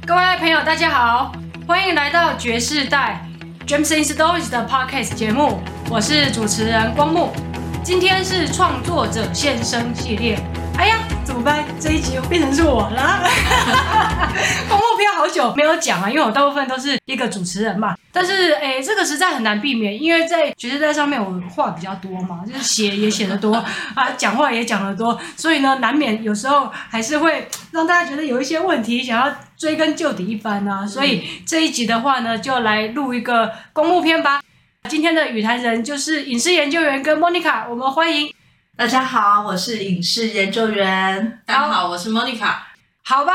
各位朋友，大家好，欢迎来到爵士代 Gems in Stories 的 Podcast 节目，我是主持人光木。今天是创作者现身系列。哎呀，怎么办？这一集又变成是我了。光木飘好久没有讲啊，因为我大部分都是一个主持人嘛。但是这个实在很难避免，因为在爵士代上面我话比较多嘛，就是写也写得多啊，讲话也讲得多，所以呢，难免有时候还是会让大家觉得有一些问题想要追根究底一番啊。所以这一集的话呢，就来录一个公募篇吧。今天的语坛人就是影视研究员跟 Monica， 我们欢迎。 大家好，我是影视研究员。 大家好，我是 Monica。 好吧，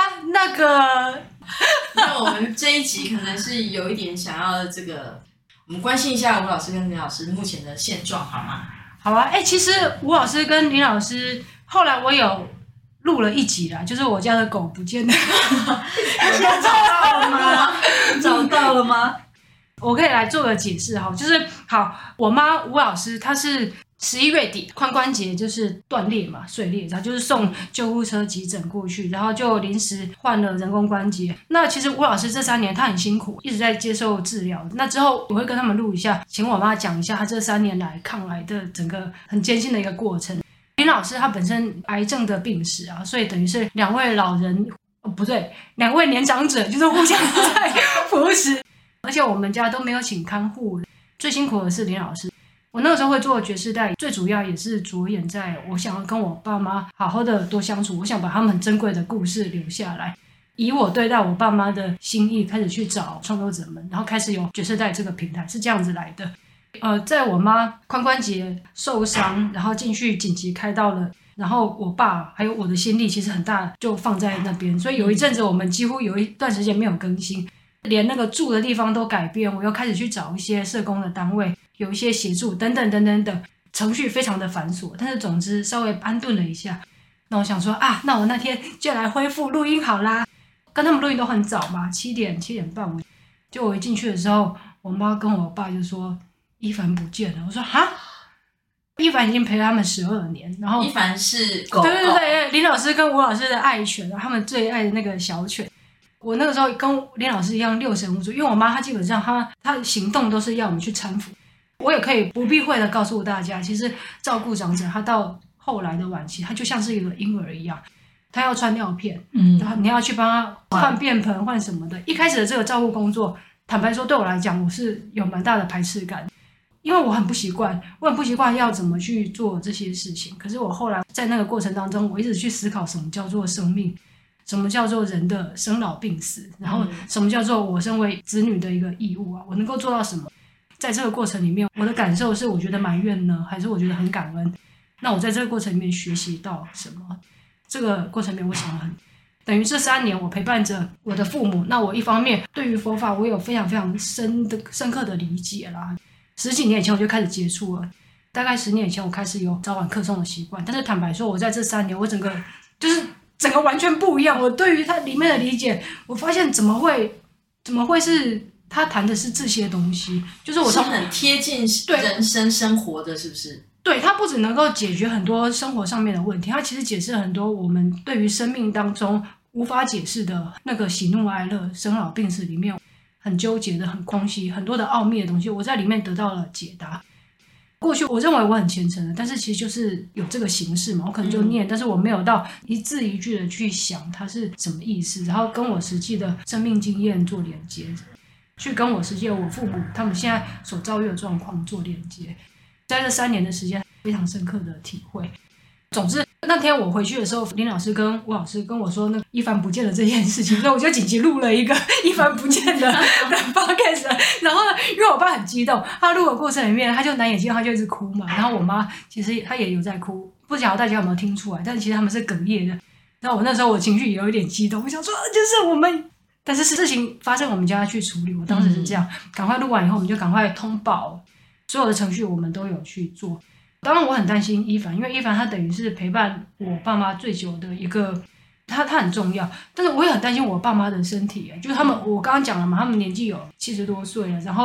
那我们这一集可能是有一点想要我们关心一下吴老师跟林老师目前的现状，好吗？ 好啊，其实吴老师跟林老师后来我有录了一集啦，就是我家的狗不见了。 现在找到了吗？找到了吗？ 我可以来做个解释哈，就是好，我妈吴老师她是11月底髋关节就是断裂嘛，碎裂，然后就是送救护车急诊过去，然后就临时换了人工关节。那其实吴老师这3年他很辛苦，一直在接受治疗。那之后我会跟他们录一下，请我妈讲一下他这3年来抗癌的整个很艰辛的一个过程。林老师他本身癌症的病史啊，所以等于是2位老人不对，2位年长者就是互相在扶持。而且我们家都没有请看护，最辛苦的是林老师。我那个时候会做爵士代，最主要也是着眼在我想要跟我爸妈好好的多相处，我想把他们很珍贵的故事留下来，以我对待我爸妈的心意开始去找创作者们，然后开始有爵士代这个平台，是这样子来的。在我妈髋关节受伤，然后进去紧急开刀了，然后我爸还有我的心力其实很大就放在那边，所以有一阵子我们几乎有一段时间没有更新，连那个住的地方都改变，我又开始去找一些社工的单位，有一些协助等等等等等，程序非常的繁琐，但是总之稍微安顿了一下。那我想说啊，那我那天就来恢复录音好啦。跟他们录音都很早嘛，7点半。就我一进去的时候，我妈跟我爸就说一凡不见了。我说哈，一凡已经陪了他们12年，然后一凡是狗狗， 对，林老师跟吴老师的爱犬，他们最爱的那个小犬。我那个时候跟林老师一样6神无主，因为我妈她基本上她的行动都是要我们去搀扶。我也可以不避讳的告诉大家，其实照顾长者，他到后来的晚期，他就像是一个婴儿一样，他要穿尿片，然后你要去帮他换便盆换什么的。一开始的这个照顾工作，坦白说对我来讲，我是有蛮大的排斥感，因为我很不习惯要怎么去做这些事情。可是我后来在那个过程当中，我一直去思考什么叫做生命，什么叫做人的生老病死，然后什么叫做我身为子女的一个义务啊，我能够做到什么。在这个过程里面，我的感受是我觉得埋怨呢，还是我觉得很感恩？那我在这个过程里面学习到什么？这个过程里面我想很等于这3年我陪伴着我的父母，那我一方面对于佛法我有非常非常深刻的理解啦。10几年以前我就开始接触了，大概10年以前我开始有早晚课诵的习惯，但是坦白说我在这3年我整个完全不一样。我对于它里面的理解，我发现怎么会是他谈的是这些东西，就是我是很贴近人生生活的，是不是？ 对，它不只能够解决很多生活上面的问题，它其实解释很多我们对于生命当中无法解释的那个喜怒哀乐、生老病死里面很纠结的、很空虚、很多的奥秘的东西，我在里面得到了解答。过去我认为我很虔诚的，但是其实就是有这个形式嘛，我可能就念，但是我没有到一字一句的去想它是什么意思，然后跟我实际的生命经验做连接，去跟我实际我父母他们现在所遭遇的状况做连接，在这3年的时间非常深刻的体会。总之那天我回去的时候，林老师跟吴老师跟我说那个一凡不见了这件事情，所以我就紧急录了一个一凡不见的 podcast。 然后呢，因为我爸很激动，他录的过程里面他就难眼睛，他就一直哭嘛，然后我妈其实她也有在哭，不晓得大家有没有听出来，但是其实他们是哽咽的。然后我那时候我情绪也有一点激动，我想说就是我们，但是事情发生我们就要去处理，我当时是这样，赶快录完以后我们就赶快通报，所有的程序我们都有去做。当然我很担心一凡，因为一凡他等于是陪伴我爸妈最久的一个，他很重要，但是我也很担心我爸妈的身体，就是他们我刚刚讲了嘛，他们年纪有70多岁了，然后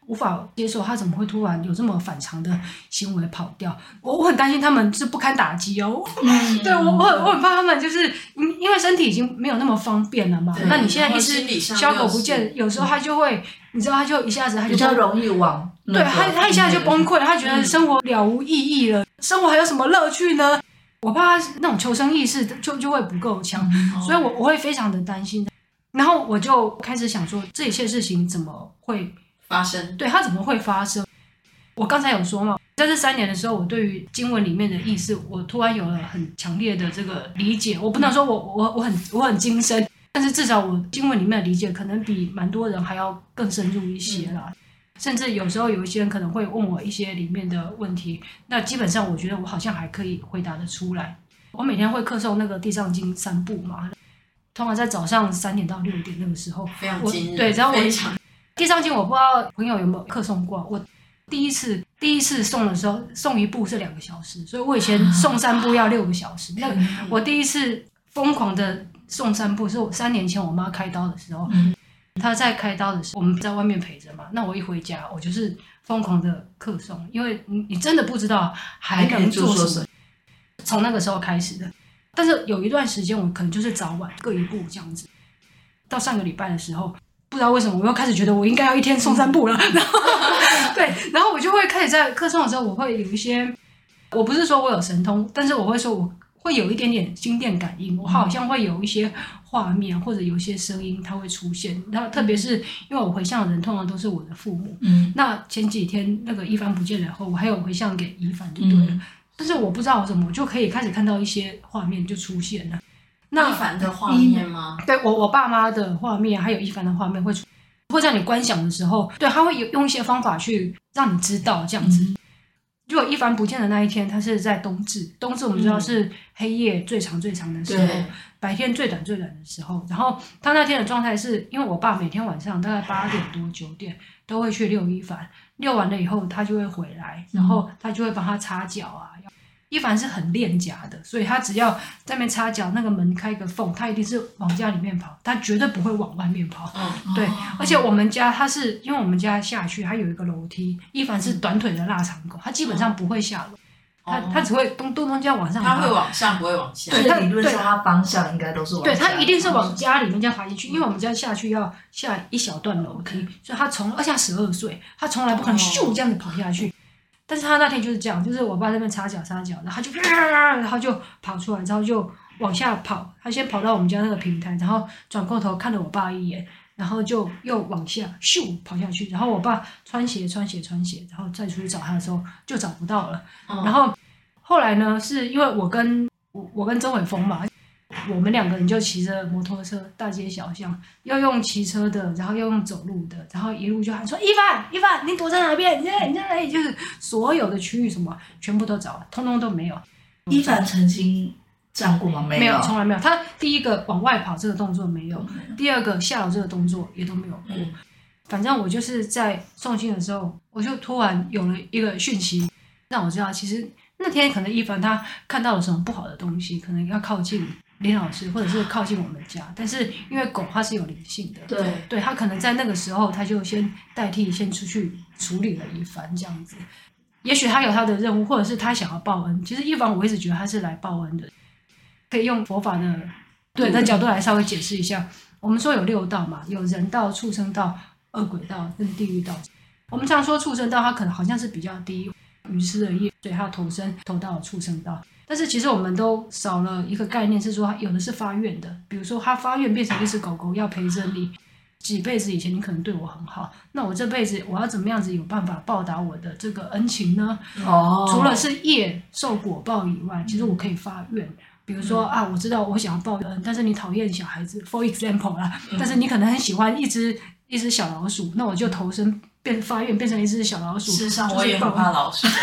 无法接受他怎么会突然有这么反常的行为跑掉。我很担心他们是不堪打击哦。对我很怕他们就是因为身体已经没有那么方便了嘛。那你现在一只小狗不见，有时候他就会，你知道，他就一下子他就比较容易往对他一下子就崩溃，他觉得生活了无意义了，生活还有什么乐趣呢？我怕他那种求生意识就会不够强，所以我会非常的担心。然后我就开始想说，这一切事情怎么会发生？ 对，它怎么会发生？我刚才有说嘛，在这3年的时候，我对于经文里面的意思，我突然有了很强烈的这个理解。我不能说我很精深，但是至少我经文里面的理解可能比蛮多人还要更深入一些啦。甚至有时候有一些人可能会问我一些里面的问题，那基本上我觉得我好像还可以回答得出来。我每天会课诵那个地上经3部嘛，通常在早上3点到6点那个时候， 非常惊人。 对，然后非常地上经我不知道朋友有没有课诵过，我第一次诵的时候，诵1部是2个小时，所以我以前诵3部要6个小时。那我第一次疯狂的诵3部是我3年前我妈开刀的时候，她在开刀的时候，我们在外面陪着嘛。那我一回家，我就是疯狂的课诵，因为你真的不知道还能做什么。从那个时候开始的，但是有一段时间我可能就是早晚各1部这样子。到上个礼拜的时候，不知道为什么我又开始觉得我应该要一天诵3部了。然后对，然后我就会开始在课诵的时候，我会有一些，我不是说我有神通，但是我会说我会有一点点心电感应，我好像会有一些画面或者有一些声音它会出现。然后特别是因为我回向的人通常都是我的父母，那前几天那个一凡不见了后，我还有回向给一凡就对了。但是我不知道什么，我就可以开始看到一些画面就出现了。那一凡的画面吗？ 对，我爸妈的画面，还有一凡的画面会在你观想的时候，对，他会用一些方法去让你知道这样子。如果一凡不见的那一天，他是在冬至我们知道是黑夜最长最长的时候，白天最短最短的时候。然后他那天的状态是因为我爸每天晚上大概8点多9点都会去遛一凡，遛完了以后他就会回来，然后他就会帮他擦脚啊。一凡是很恋家的，所以他只要在那边擦脚，那个门开个缝，他一定是往家里面跑，他绝对不会往外面跑。对，而且我们家他是因为我们家下去他有一个楼梯，一凡是短腿的腊肠狗，他基本上不会下楼，他只会咚咚咚这样往上爬， 他会往上不会往下。 所以理论上他方向应该都是往下。 对，他一定是往家里面这样爬进去，因为我们家下去要下一小段楼梯，所以他而且他12岁，他从来不可能咻这样子跑下去。但是他那天就是这样，就是我爸在那边擦脚，然后他就然后就跑出来，然后就往下跑，他先跑到我们家那个平台，然后转过头看了我爸一眼，然后就又往下咻跑下去，然后我爸穿鞋，然后再出去找他的时候就找不到了。然后后来呢，是因为我跟曾伟峰嘛，我们2个人就骑着摩托车大街小巷，要用骑车的，然后要用走路的，然后一路就喊说：“一凡，你躲在哪边？你在哪里？”就是所有的区域什么全部都找了，通通都没有。 一凡曾经这样过吗？ 没有，从来没有。他第一个往外跑这个动作没有，第二个下楼这个动作也都没有过。反正我就是在诵经的时候，我就突然有了一个讯息，让我知道，其实那天可能一凡他看到了什么不好的东西，可能要靠近林老师，或者是靠近我们家。但是因为狗它是有灵性的，对，它可能在那个时候，它就先代替先出去处理了一番这样子。也许他有他的任务，或者是他想要报恩。其实一凡我一直觉得他是来报恩的，可以用佛法的角度来稍微解释一下。我们说有6道嘛，有人道、畜生道、恶鬼道跟地狱道。我们常说畜生道，它可能好像是比较低，愚痴的业，所以它投到了畜生道。但是其实我们都少了一个概念，是说有的是发愿的，比如说他发愿变成一只狗狗要陪着你，几辈子以前你可能对我很好，那我这辈子我要怎么样子有办法报答我的这个恩情呢？除了是业受果报以外，其实我可以发愿。比如说我知道我想要报恩，但是你讨厌小孩子 ，for example 啦，但是你可能很喜欢一只小老鼠，那我就投身发愿变成一只小老鼠。 事实上，我也很怕老鼠。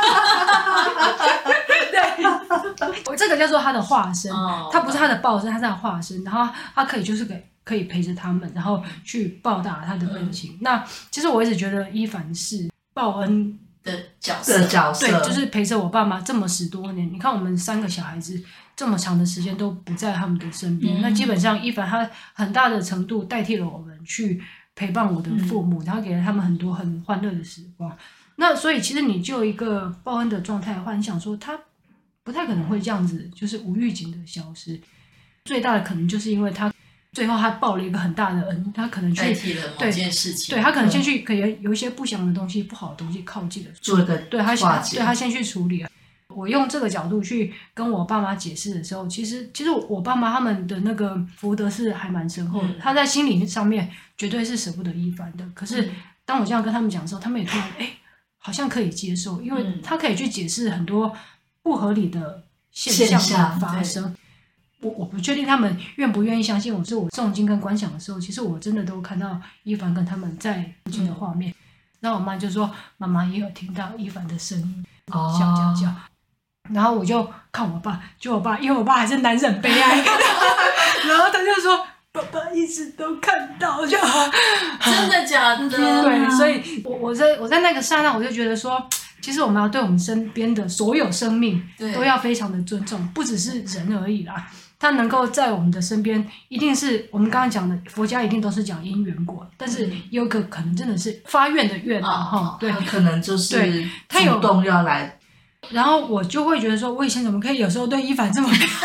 对，这个叫做他的化身，他不是他的报身，他是他的化身，然后他可以就是可以陪着他们，然后去报答他的恩情。那其实我一直觉得一凡是报恩的角色， 对，就是陪着我爸妈这么10多年。你看我们3个小孩子这么长的时间都不在他们的身边，那基本上一凡他很大的程度代替了我们去陪伴我的父母，然后给了他们很多很欢乐的时光。那所以其实你就一个报恩的状态的话，你想说他不太可能会这样子，就是无预警的消失。最大的可能就是因为他最后他报了一个很大的恩，他可能去代替了某件事情， 对他可能先去可能有一些不祥的东西、不好的东西靠近了， 做一个对他先去处理了。我用这个角度去跟我爸妈解释的时候，其实我爸妈他们的那个福德是还蛮深厚的，他在心理上面绝对是舍不得一凡的。可是当我这样跟他们讲的时候，他们也突然好像可以接受，因为他可以去解释很多不合理的现象的发生。我不确定他们愿不愿意相信我，是我诵经跟观想的时候，其实我真的都看到一凡跟他们在附近的画面。然后我妈就说，妈妈也有听到一凡的声音，叫。然后我就看我爸，就我爸，因为我爸还是男人很悲哀，然后他就说，爸爸一直都看到，就真的假的？ 对，所以我在那个刹那，我就觉得说，其实我们要对我们身边的所有生命都要非常的尊重，不只是人而已啦。他能够在我们的身边，一定是我们刚刚讲的佛家一定都是讲因缘果，但是也有个可能真的是发愿的愿哈，对， 可能就是主动要来。 然后我就会觉得说，我以前怎么可以有时候对一凡这么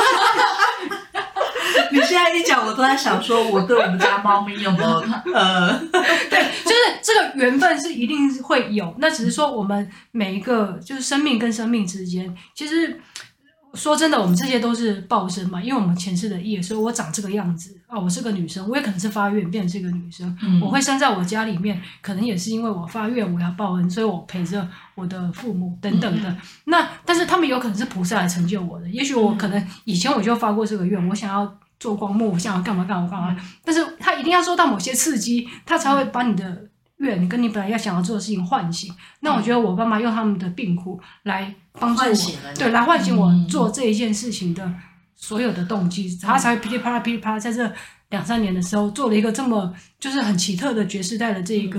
你现在一讲，我都在想说，我对我们家猫咪有没有对，就是这个缘分是一定会有，那只是说我们每一个就是生命跟生命之间，其实说真的，我们这些都是报身嘛，因为我们前世的业，所以我长这个样子啊，我是个女生，我也可能是发愿变成是一个女生，我会生在我家里面，可能也是因为我发愿我要报恩，所以我陪着我的父母等等的。那但是他们有可能是菩萨来成就我的，也许我可能以前我就发过这个愿，我想要做光目，我想要干嘛，但是他一定要受到某些刺激，他才会把你的愿跟你本来要想要做的事情唤醒。那我觉得我爸妈用他们的病苦来帮助我，对，来唤醒我做这一件事情的所有的动机，他才会噼里啪啦在这2-3年的时候做了一个这么就是很奇特的觉世代的这个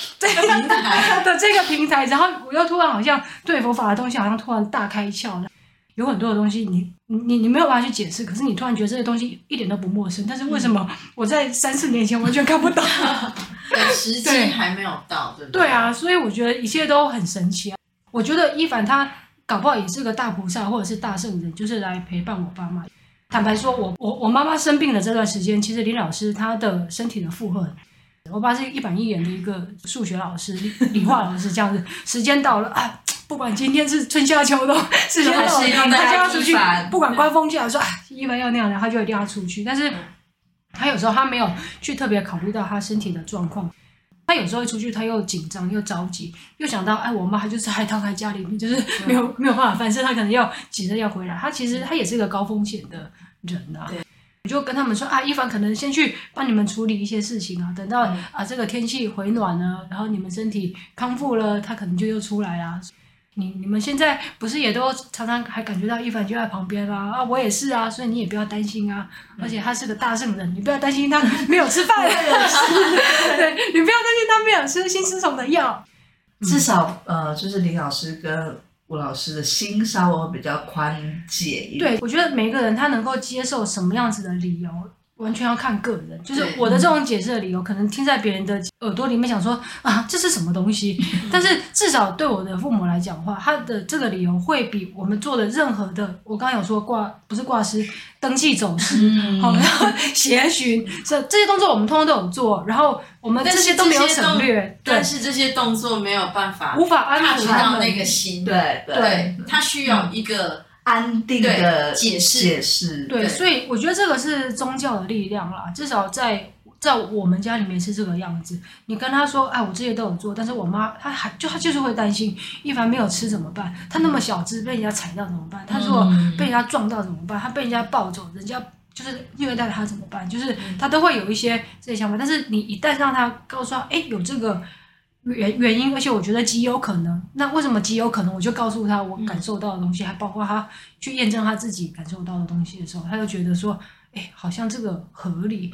平台，然后我又突然好像对佛法的东西好像突然大开窍了。有很多的东西你没有办法去解释，可是你突然觉得这些东西一点都不陌生，但是为什么我在3-4年前完全看不懂？ 时机还没有到，对不对？ 对啊，所以我觉得一切都很神奇啊。我觉得一凡他搞不好也是个大菩萨或者是大圣人，就是来陪伴我爸妈。坦白说，我妈妈生病的这段时间，其实林老师他的身体的负荷，我爸是一板一眼的一个数学老师、理化老师这样子。时间到了啊，不管今天是春夏秋冬，时间到了，他就要出去，不管刮风下雨，说一凡要那样的，他就一定要出去。但是他有时候他没有去特别考虑到他身体的状况。他有时候出去，他又紧张又着急，又想到，我妈就是还躺在家里面，就是没有办法翻身，他可能要急着要回来。他其实他也是一个高风险的人啊。我就跟他们说一凡可能先去帮你们处理一些事情啊，等到这个天气回暖了，然后你们身体康复了，他可能就又出来啦。你们现在不是也都常常还感觉到一凡就在旁边啦？我也是啊，所以你也不要担心啊。而且他是个大圣人，你不要担心他没有吃饭，对，你不要担心他没有吃心丝虫的药。 至少就是林老师跟吴老师的心稍微会比较宽解一点。 对，我觉得每个人他能够接受什么样子的理由，完全要看个人。就是我的这种解释的理由，可能听在别人的耳朵里面想说这是什么东西，但是至少对我的父母来讲的话，他的这个理由会比我们做的任何的，我刚刚有说不是挂失，登记走失，然后协寻，这些动作我们通通都有做，然后我们这些都没有省略， 但是这些动作没有办法无法安抚他们到那个心， 对， 他需要一个安定的解释。 对，所以我觉得这个是宗教的力量啦，至少在我们家里面是这个样子。你跟他说我这些都有做，但是我妈她就是会担心一凡没有吃怎么办，他那么小只被人家踩到怎么办，他如果被人家撞到怎么办，他被人家抱走，人家就是虐待他怎么办，就是他都会有一些这些想法。但是你一旦让他告诉他有这个原因，而且我觉得极有可能，那为什么极有可能，我就告诉他我感受到的东西，还包括他去验证他自己感受到的东西的时候，他就觉得说好像这个合理。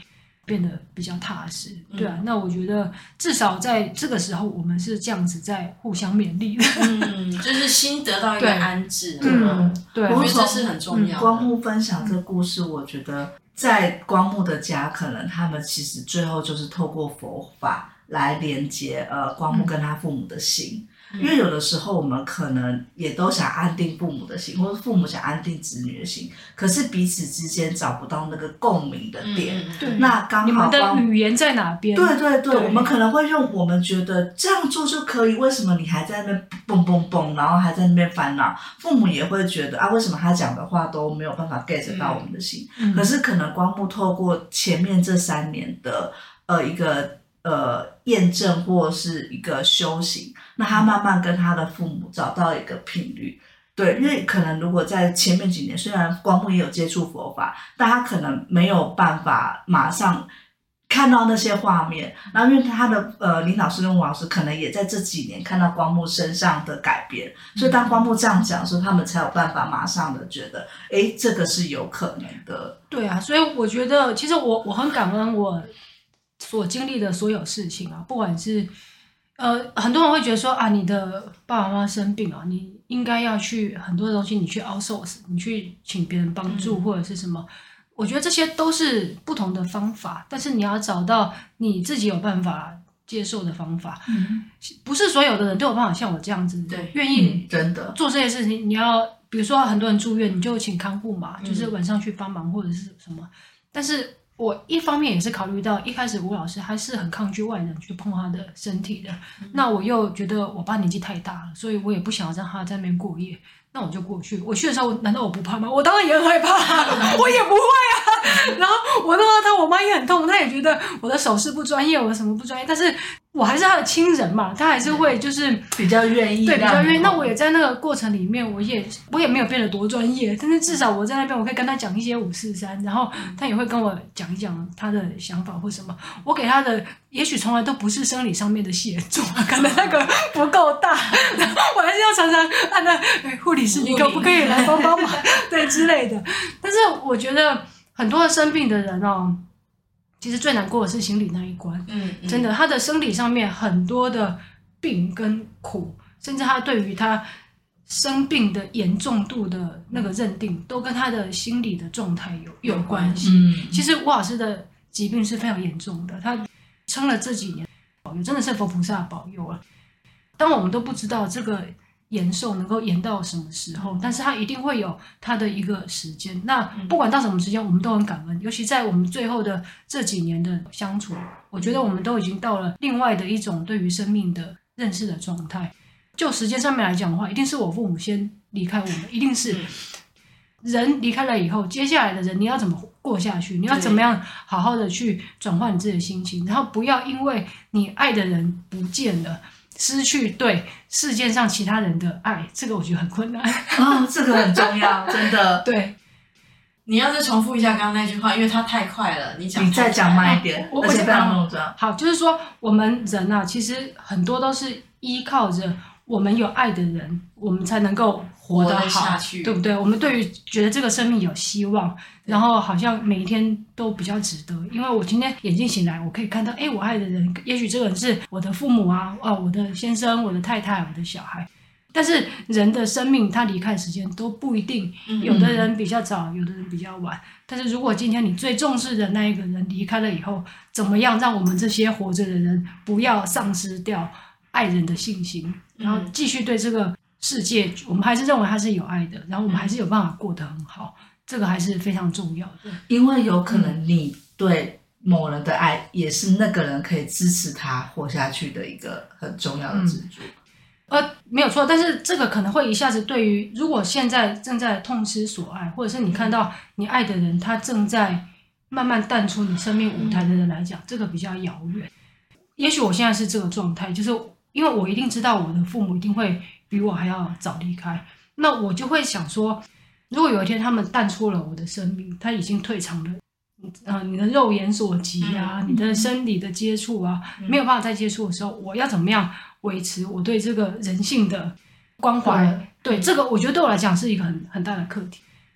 变得比较踏实。对啊，那我觉得至少在这个时候，我们是这样子在互相勉励的。 就是心得到一个安置。 对， 我觉得这是很重要的。 光木分享这个故事，我觉得在光木的家，可能他们其实最后就是透过佛法来连接光木跟他父母的心。因为有的时候我们可能也都想安定父母的心，或者父母想安定子女的心，可是彼此之间找不到那个共鸣的点。 对， 那刚好你们的语言在哪边？ 对，我们可能会用我们觉得这样做就可以，为什么你还在那边蹦蹦蹦，然后还在那边烦恼？父母也会觉得为什么他讲的话都没有办法 get 到我们的心？可是可能光木透过前面这3年的一个验证或是一个修行，那他慢慢跟他的父母找到一个频率。对，因为可能如果在前面几年，虽然光木也有接触佛法，但他可能没有办法马上看到那些画面。然后因为他的林老师跟吴老师可能也在这几年看到光木身上的改变，所以当光木这样讲的时候，他们才有办法马上的觉得这个是有可能的。 对啊，所以我觉得其实我很感恩我所经历的所有事情啊，不管是很多人会觉得说你的爸爸妈妈生病啊，你应该要去很多的东西，你去 outsource， 你去请别人帮助或者是什么。我觉得这些都是不同的方法，但是你要找到你自己有办法接受的方法。不是所有的人都有办法像我这样子，愿意真的做这些事情。你要比如说很多人住院，你就请看护嘛，就是晚上去帮忙或者是什么。但是我一方面也是考虑到一开始吴老师还是很抗拒外人去碰他的身体的，那我又觉得我爸年纪太大了，所以我也不想让他在那边过夜，那我就过去。我去的时候难道我不怕吗？我当然也很害怕我也不会啊。然后我弄到他，我妈也很痛，她也觉得我的手势不专业，我的什么不专业，但是我还是他的亲人嘛，他还是会就是比较愿意， 对，比较愿意。那我也在那个过程里面，我也没有变得多专业，但是至少我在那边我可以跟他讲一些543，然后他也会跟我讲一讲他的想法或什么。我给他的也许从来都不是生理上面的协助，可能那个不够大，然后我还是要常常按那护理师，你可不可以来帮忙对之类的。但是我觉得很多的生病的人其实最难过的是心理那一关。真的，他的生理上面很多的病跟苦，甚至他对于他生病的严重度的那个认定，都跟他的心理的状态有关系。其实吴老师的疾病是非常严重的，他撑了这几年保佑，真的是佛菩萨保佑了。当我们都不知道这个延寿能够延到什么时候，但是它一定会有它的一个时间。那不管到什么时间，我们都很感恩。尤其在我们最后的这几年的相处，我觉得我们都已经到了另外的一种对于生命的认识的状态。就时间上面来讲的话，一定是我父母先离开我们，一定是人离开了以后，接下来的人你要怎么过下去？你要怎么样好好的去转换你自己的心情，然后不要因为你爱的人不见了，失去对世界上其他人的爱，这个我觉得很困难。 这个很重要，真的。 对， 你要再重复一下刚刚那句话，因为它太快了，你再讲慢一点，而且非常弄重。 好，就是说我们人啊，其实很多都是依靠着我们有爱的人，我们才能够活得好下去， 对不对？我们对于觉得这个生命有希望，然后好像每一天都比较值得。因为我今天眼睛醒来，我可以看到，我爱的人，也许这个人是我的父母啊，我的先生、我的太太、我的小孩。但是人的生命，他离开时间都不一定，有的人比较早，有的人比较晚。但是如果今天你最重视的那一个人离开了以后，怎么样让我们这些活着的人不要丧失掉爱人的信心，然后继续对这个世界，我们还是认为他是有爱的，然后我们还是有办法过得很好，这个还是非常重要的。 因为有可能你对某人的爱，也是那个人可以支持他活下去的一个很重要的支柱。 没有错，但是这个可能会一下子对于如果现在正在痛失所爱，或者是你看到你爱的人他正在慢慢淡出你生命舞台的人来讲，这个比较遥远。也许我现在是这个状态，就是因为我一定知道我的父母一定会比我还要早离开，那我就会想说，如果有一天他们淡出了我的生命，他已经退场了，你的肉眼所及啊，你的生理的接触啊，没有办法再接触的时候，我要怎么样维持我对这个人性的关怀？对，这个我觉得对我来讲是一个很大的课题。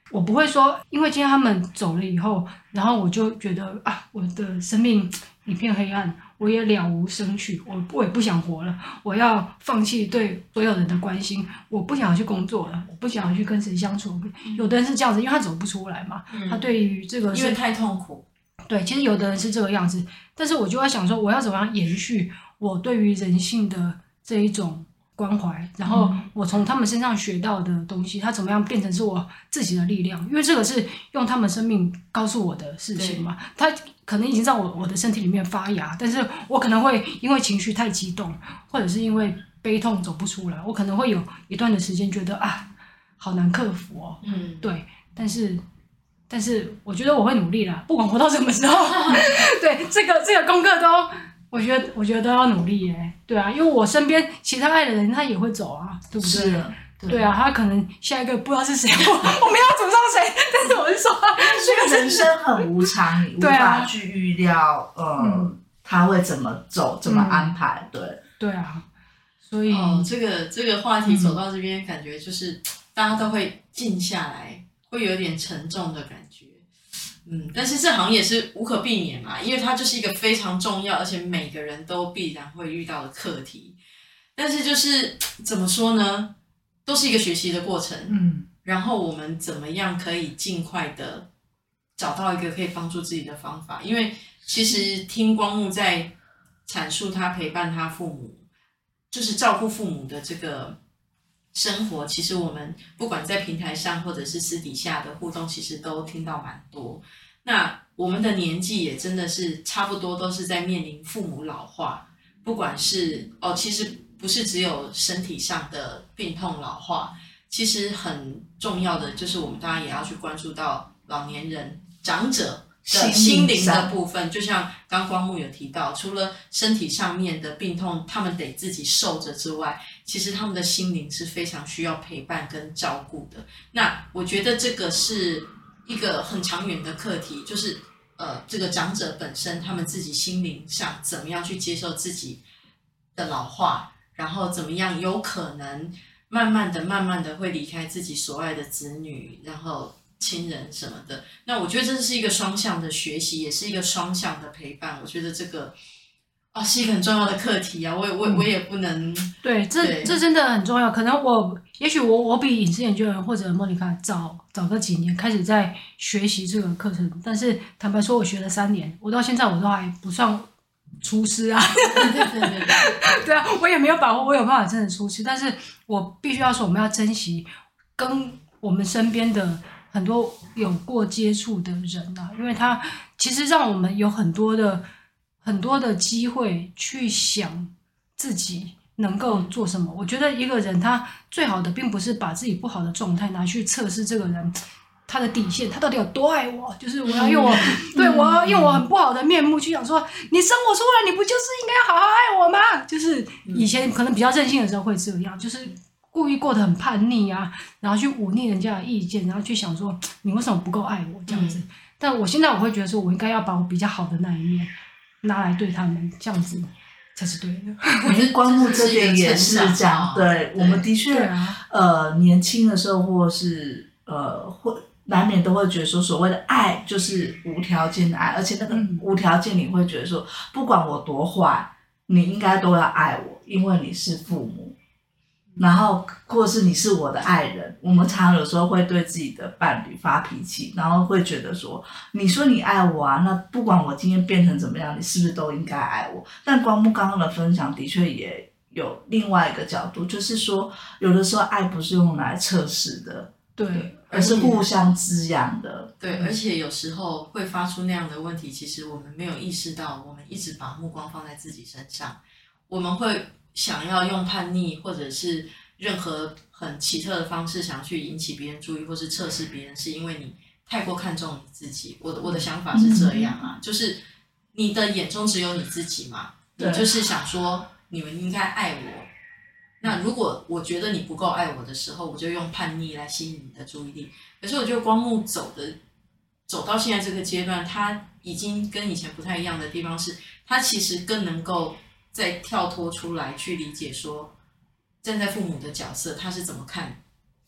我不会说，因为今天他们走了以后，然后我就觉得啊，我的生命一片黑暗，我也了无生趣，我也不想活了，我要放弃对所有人的关心，我不想去工作了，我不想去跟谁相处。有的人是这样子，因为他走不出来嘛，他对于这个因为太痛苦。 对，其实有的人是这个样子，但是我就在想说，我要怎么样延续我对于人性的这一种关怀，然后我从他们身上学到的东西，它怎么样变成是我自己的力量？因为这个是用他们生命告诉我的事情嘛，它可能已经在我的身体里面发芽，但是我可能会因为情绪太激动，或者是因为悲痛走不出来，我可能会有一段的时间觉得啊，好难克服哦。对，但是我觉得我会努力啦，不管活到什么时候，对这个功课都，我觉得都要努力耶。对啊，因为我身边其他爱的人他也会走啊，对不对？ 是的， 对啊，他可能下一个不知道是谁，我没有诅咒谁，但是我是说， 这个人生很无常，你无法去预料，他会怎么走，怎么安排，对。 对啊，所以这个话题走到这边，感觉就是大家都会静下来。会有点沉重的感觉，但是这好像也是无可避免嘛，因为它就是一个非常重要，而且每个人都必然会遇到的课题。但是就是怎么说呢，都是一个学习的过程，然后我们怎么样可以尽快的找到一个可以帮助自己的方法？因为其实听光目在阐述他陪伴他父母，就是照顾父母的这个生活，其实我们不管在平台上或者是私底下的互动，其实都听到蛮多。那我们的年纪也真的是差不多都是在面临父母老化，不管是其实不是只有身体上的病痛老化，其实很重要的就是我们大家也要去关注到老年人长者的心灵的部分，就像刚光目有提到，除了身体上面的病痛他们得自己受着之外，其实他们的心灵是非常需要陪伴跟照顾的。那我觉得这个是一个很长远的课题，就是这个长者本身他们自己心灵上怎么样去接受自己的老化，然后怎么样有可能慢慢的会离开自己所爱的子女，然后亲人什么的。那我觉得这是一个双向的学习，也是一个双向的陪伴。我觉得这个是一个很重要的课题啊，我也不能对，这真的很重要。可能也许我比隐私研究员或者莫妮卡早个几年开始在学习这个课程，但是坦白说，我学了3年，我到现在我都还不算出师啊。对啊，我也没有把握我有办法真的出师，但是我必须要说，我们要珍惜跟我们身边的很多有过接触的人啊，因为他其实让我们有很多的机会去想自己能够做什么。我觉得一个人他最好的并不是把自己不好的状态拿去测试这个人他的底线，他到底有多爱我，就是我要用我要用我很不好的面目去想说，你生我出来你不就是应该要好好爱我吗？就是以前可能比较任性的时候会这样，就是故意过得很叛逆啊，然后去忤逆人家的意见，然后去想说你为什么不够爱我这样子。但我现在我会觉得说，我应该要把我比较好的那一面拿来对他们，这样子才是对的。 光目这点也是这样，对，我们的确，年轻的时候或是会难免都会觉得说，所谓的爱就是无条件的爱，而且那个无条件你会觉得说，不管我多坏，你应该都要爱我，因为你是父母。然后或者是你是我的爱人，我们常常有时候会对自己的伴侣发脾气，然后会觉得说，你说你爱我啊，那不管我今天变成怎么样，你是不是都应该爱我？但光目刚刚的分享的确也有另外一个角度，就是说有的时候爱不是用来测试的， 对， 而是互相滋养的。 对，而且有时候会发出那样的问题，其实我们没有意识到，我们一直把目光放在自己身上，我们会想要用叛逆或者是任何很奇特的方式想去引起别人注意或是测试别人，是因为你太过看重你自己。我的想法是这样啊，就是你的眼中只有你自己嘛，你就是想说你们应该爱我。那如果我觉得你不够爱我的时候，我就用叛逆来吸引你的注意力。可是我觉得光目走到现在这个阶段，他已经跟以前不太一样的地方是，他其实更能够再跳脱出来去理解说，站在父母的角色他是怎么看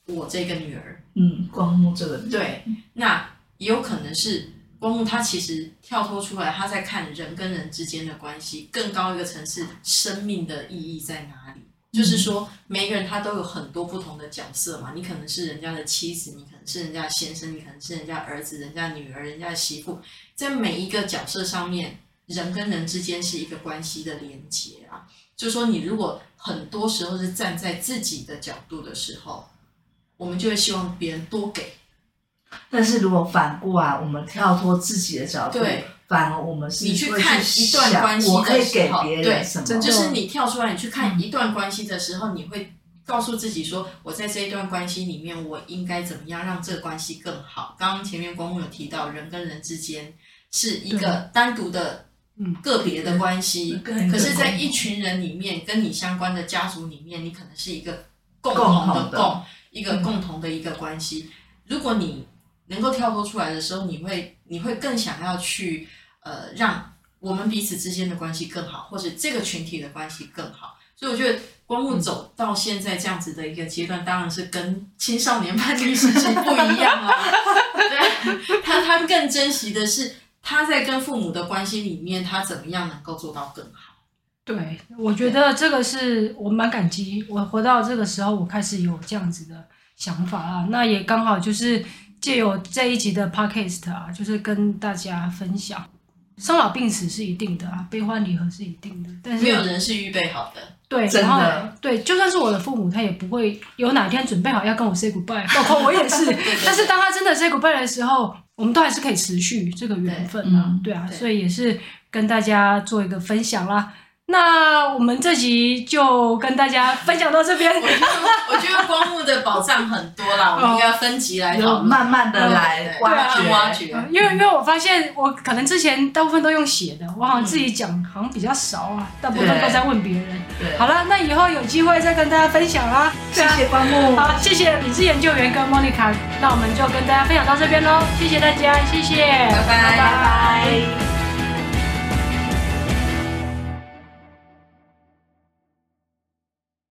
我这个女儿。 光目这个女儿， 对，那也有可能是光目他其实跳脱出来，他在看人跟人之间的关系更高一个层次，生命的意义在哪里？就是说，每个人他都有很多不同的角色嘛。你可能是人家的妻子，你可能是人家的先生，你可能是人家儿子、人家女儿、人家的媳妇。在每一个角色上面，人跟人之间是一个关系的连结啊。就是说，你如果很多时候是站在自己的角度的时候，我们就会希望别人多给。 但是如果反过来，我们跳脱自己的角度， 对， 反而我们是你去看一段关系我可以给的时候， 别人什么？ 对，就是你跳出来，你去看一段关系的时候，你会告诉自己说，我在这一段关系里面，我应该怎么样让这个关系更好？刚刚前面光目有提到，人跟人之间是一个单独的、个别的关系，可是，在一群人里面，跟你相关的家族里面，你可能是一个共同的一个共同的一个关系。如果你能够跳脱出来的时候，你会更想要去让我们彼此之间的关系更好，或者这个群体的关系更好。所以我觉得光目走到现在这样子的一个阶段，当然是跟青少年叛逆时期不一样啊。对，他更珍惜的是他在跟父母的关系里面，他怎么样能够做到更好。 对，我觉得这个是我蛮感激，我活到这个时候，我开始有这样子的想法啊。那也刚好就是借由这一集的 podcast 啊，就是跟大家分享，生老病死是一定的啊，悲欢离合是一定的，但是没有人是预备好的。 对，然后对，就算是我的父母，他也不会有哪一天准备好要跟我 say goodbye， 包括我也是。但是当他真的 say goodbye 的时候，我们都还是可以持续这个缘分啊，对啊，所以也是跟大家做一个分享啦。那我们这集就跟大家分享到这边。 我觉得光目的宝藏很多啦，我们应该分集来讨论， 慢慢的来挖掘。 因为我发现我可能之前大部分都用写的，我好像自己讲好像比较少啊，大部分都在问别人。好了，那以后有机会再跟大家分享啦。 谢谢光目， 好，谢谢理智研究员跟 Monica， 那我们就跟大家分享到这边喽，谢谢大家，谢谢， 拜拜。